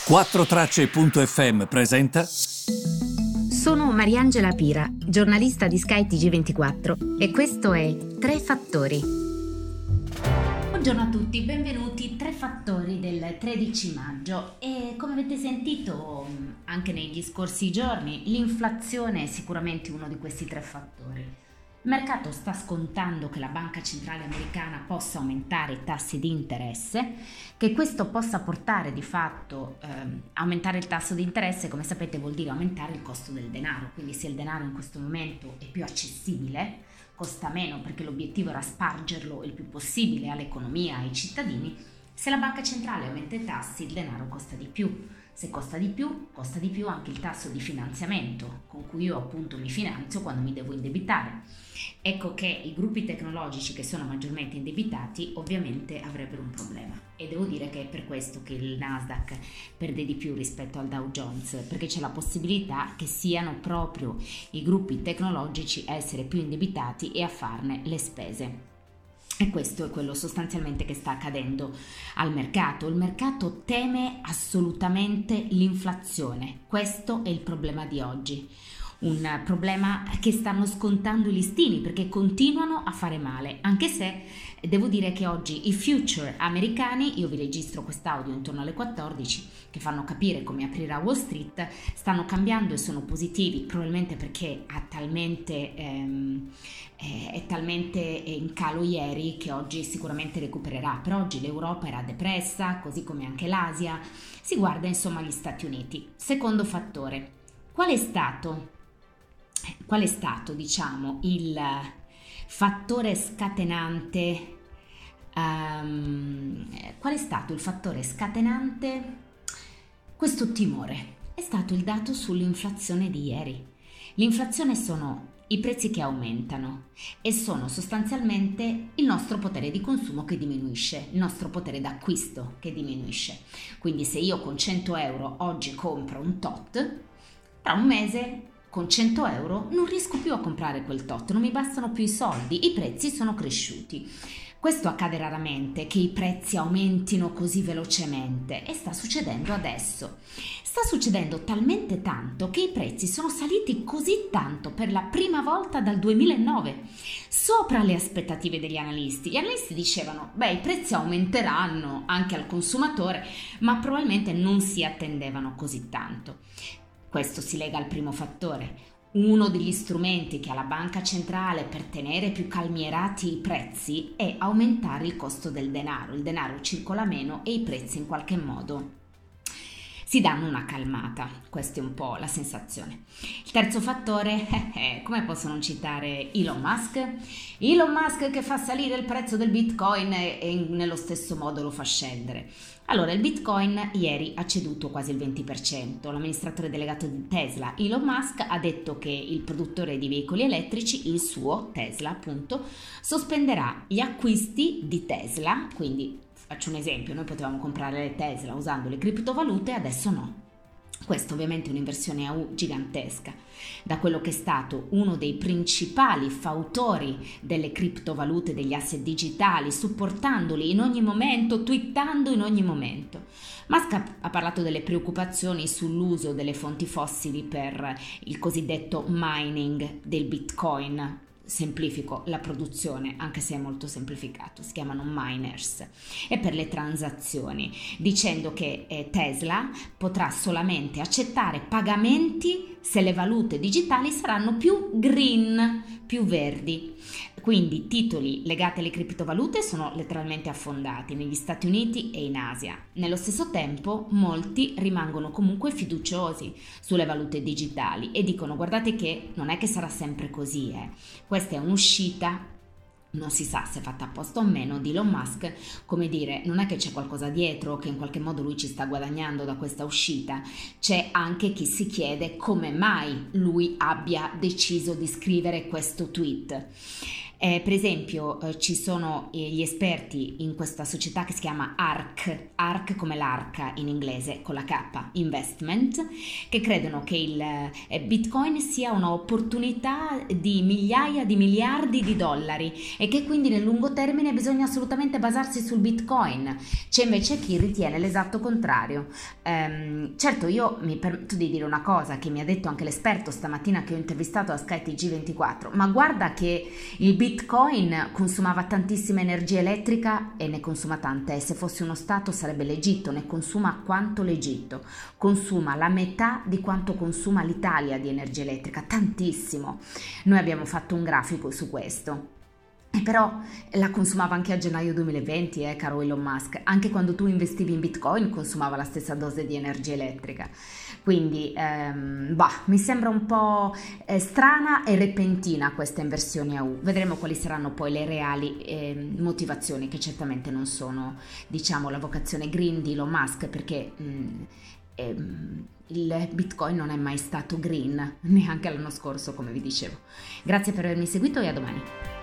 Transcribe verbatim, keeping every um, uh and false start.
quattro tracce punto effe emme presenta. Sono Mariangela Pira, giornalista di Sky T G ventiquattro e questo è Tre Fattori. Buongiorno a tutti, benvenuti. Tre fattori del tredici maggio e come avete sentito anche negli scorsi giorni, l'inflazione è sicuramente uno di questi tre fattori. Il mercato sta scontando che la Banca Centrale Americana possa aumentare i tassi di interesse, che questo possa portare di fatto ehm, aumentare il tasso di interesse, come sapete vuol dire aumentare il costo del denaro, quindi se il denaro in questo momento è più accessibile, costa meno perché l'obiettivo era spargerlo il più possibile all'economia, ai cittadini, se la Banca Centrale aumenta i tassi il denaro costa di più. Se costa di più, costa di più anche il tasso di finanziamento con cui io appunto mi finanzio quando mi devo indebitare. Ecco che i gruppi tecnologici che sono maggiormente indebitati ovviamente avrebbero un problema e devo dire che è per questo che il Nasdaq perde di più rispetto al Dow Jones, perché c'è la possibilità che siano proprio i gruppi tecnologici a essere più indebitati e a farne le spese. E questo è quello sostanzialmente che sta accadendo al mercato. Il mercato teme assolutamente l'inflazione. Questo è il problema di oggi. Un problema che stanno scontando i listini perché continuano a fare male, anche se devo dire che oggi i future americani, io vi registro quest'audio intorno alle quattordici, che fanno capire come aprirà Wall Street, stanno cambiando e sono positivi, probabilmente perché ha talmente, ehm, è talmente in calo ieri che oggi sicuramente recupererà. Per oggi l'Europa era depressa, così come anche l'Asia, si guarda insomma gli Stati Uniti. Secondo fattore, qual è stato? Qual è stato, diciamo, il fattore scatenante? Um, qual è stato il fattore scatenante questo timore? È stato il dato sull'inflazione di ieri. L'inflazione sono i prezzi che aumentano e sono sostanzialmente il nostro potere di consumo che diminuisce, il nostro potere d'acquisto che diminuisce. Quindi se io con cento euro oggi compro un tot, tra un mese con cento euro non riesco più a comprare quel tot, non mi bastano più i soldi, i prezzi sono cresciuti. Questo accade raramente, che i prezzi aumentino così velocemente e sta succedendo adesso. Sta succedendo talmente tanto che i prezzi sono saliti così tanto per la prima volta dal duemilanove, sopra le aspettative degli analisti. Gli analisti dicevano, beh, i prezzi aumenteranno anche al consumatore, ma probabilmente non si attendevano così tanto. Questo si lega al primo fattore. Uno degli strumenti che ha la banca centrale per tenere più calmierati i prezzi è aumentare il costo del denaro. Il denaro circola meno e i prezzi in qualche modo si danno una calmata. Questa è un po' la sensazione. Il terzo fattore, eh, eh, come posso non citare Elon Musk? Elon Musk che fa salire il prezzo del Bitcoin e, e nello stesso modo lo fa scendere. Allora, il Bitcoin ieri ha ceduto quasi il venti per cento. L'amministratore delegato di Tesla, Elon Musk, ha detto che il produttore di veicoli elettrici, il suo Tesla appunto, sospenderà gli acquisti di Tesla, quindi faccio un esempio, noi potevamo comprare le Tesla usando le criptovalute, adesso no. Questo ovviamente è un'inversione a U gigantesca da quello che è stato uno dei principali fautori delle criptovalute, degli asset digitali, supportandoli in ogni momento, twittando in ogni momento. Musk ha parlato delle preoccupazioni sull'uso delle fonti fossili per il cosiddetto mining del Bitcoin. Semplifico la produzione, anche se è molto semplificato, si chiamano miners, e per le transazioni, dicendo che eh, Tesla potrà solamente accettare pagamenti se le valute digitali saranno più green, più verdi. Quindi titoli legati alle criptovalute sono letteralmente affondati negli Stati Uniti e in Asia. Nello stesso tempo molti rimangono comunque fiduciosi sulle valute digitali e dicono guardate che non è che sarà sempre così, eh. Questa è un'uscita, non si sa se è fatta apposta o meno, di Elon Musk, come dire, non è che c'è qualcosa dietro, che in qualche modo lui ci sta guadagnando da questa uscita, c'è anche chi si chiede come mai lui abbia deciso di scrivere questo tweet. Eh, per esempio eh, ci sono eh, gli esperti in questa società che si chiama ARK, ARK come l'arca in inglese con la K, Investment, che credono che il eh, Bitcoin sia un'opportunità di migliaia di miliardi di dollari e che quindi nel lungo termine bisogna assolutamente basarsi sul Bitcoin. C'è invece chi ritiene l'esatto contrario. Ehm, certo, io mi permetto di dire una cosa che mi ha detto anche l'esperto stamattina che ho intervistato a Sky T G ventiquattro, ma guarda che il Bitcoin consumava tantissima energia elettrica e ne consuma tanta, e se fosse uno stato sarebbe l'Egitto, ne consuma quanto l'Egitto, consuma la metà di quanto consuma l'Italia di energia elettrica, tantissimo. Noi abbiamo fatto un grafico su questo. E però la consumava anche a gennaio duemilaventi, eh, caro Elon Musk. Anche quando tu investivi in Bitcoin consumava la stessa dose di energia elettrica. Quindi, ehm, bah, mi sembra un po' eh, strana e repentina questa inversione a U. Vedremo quali saranno poi le reali eh, motivazioni, che certamente non sono, diciamo, la vocazione green di Elon Musk, perché mh, ehm, il Bitcoin non è mai stato green, neanche l'anno scorso, come vi dicevo. Grazie per avermi seguito e a domani.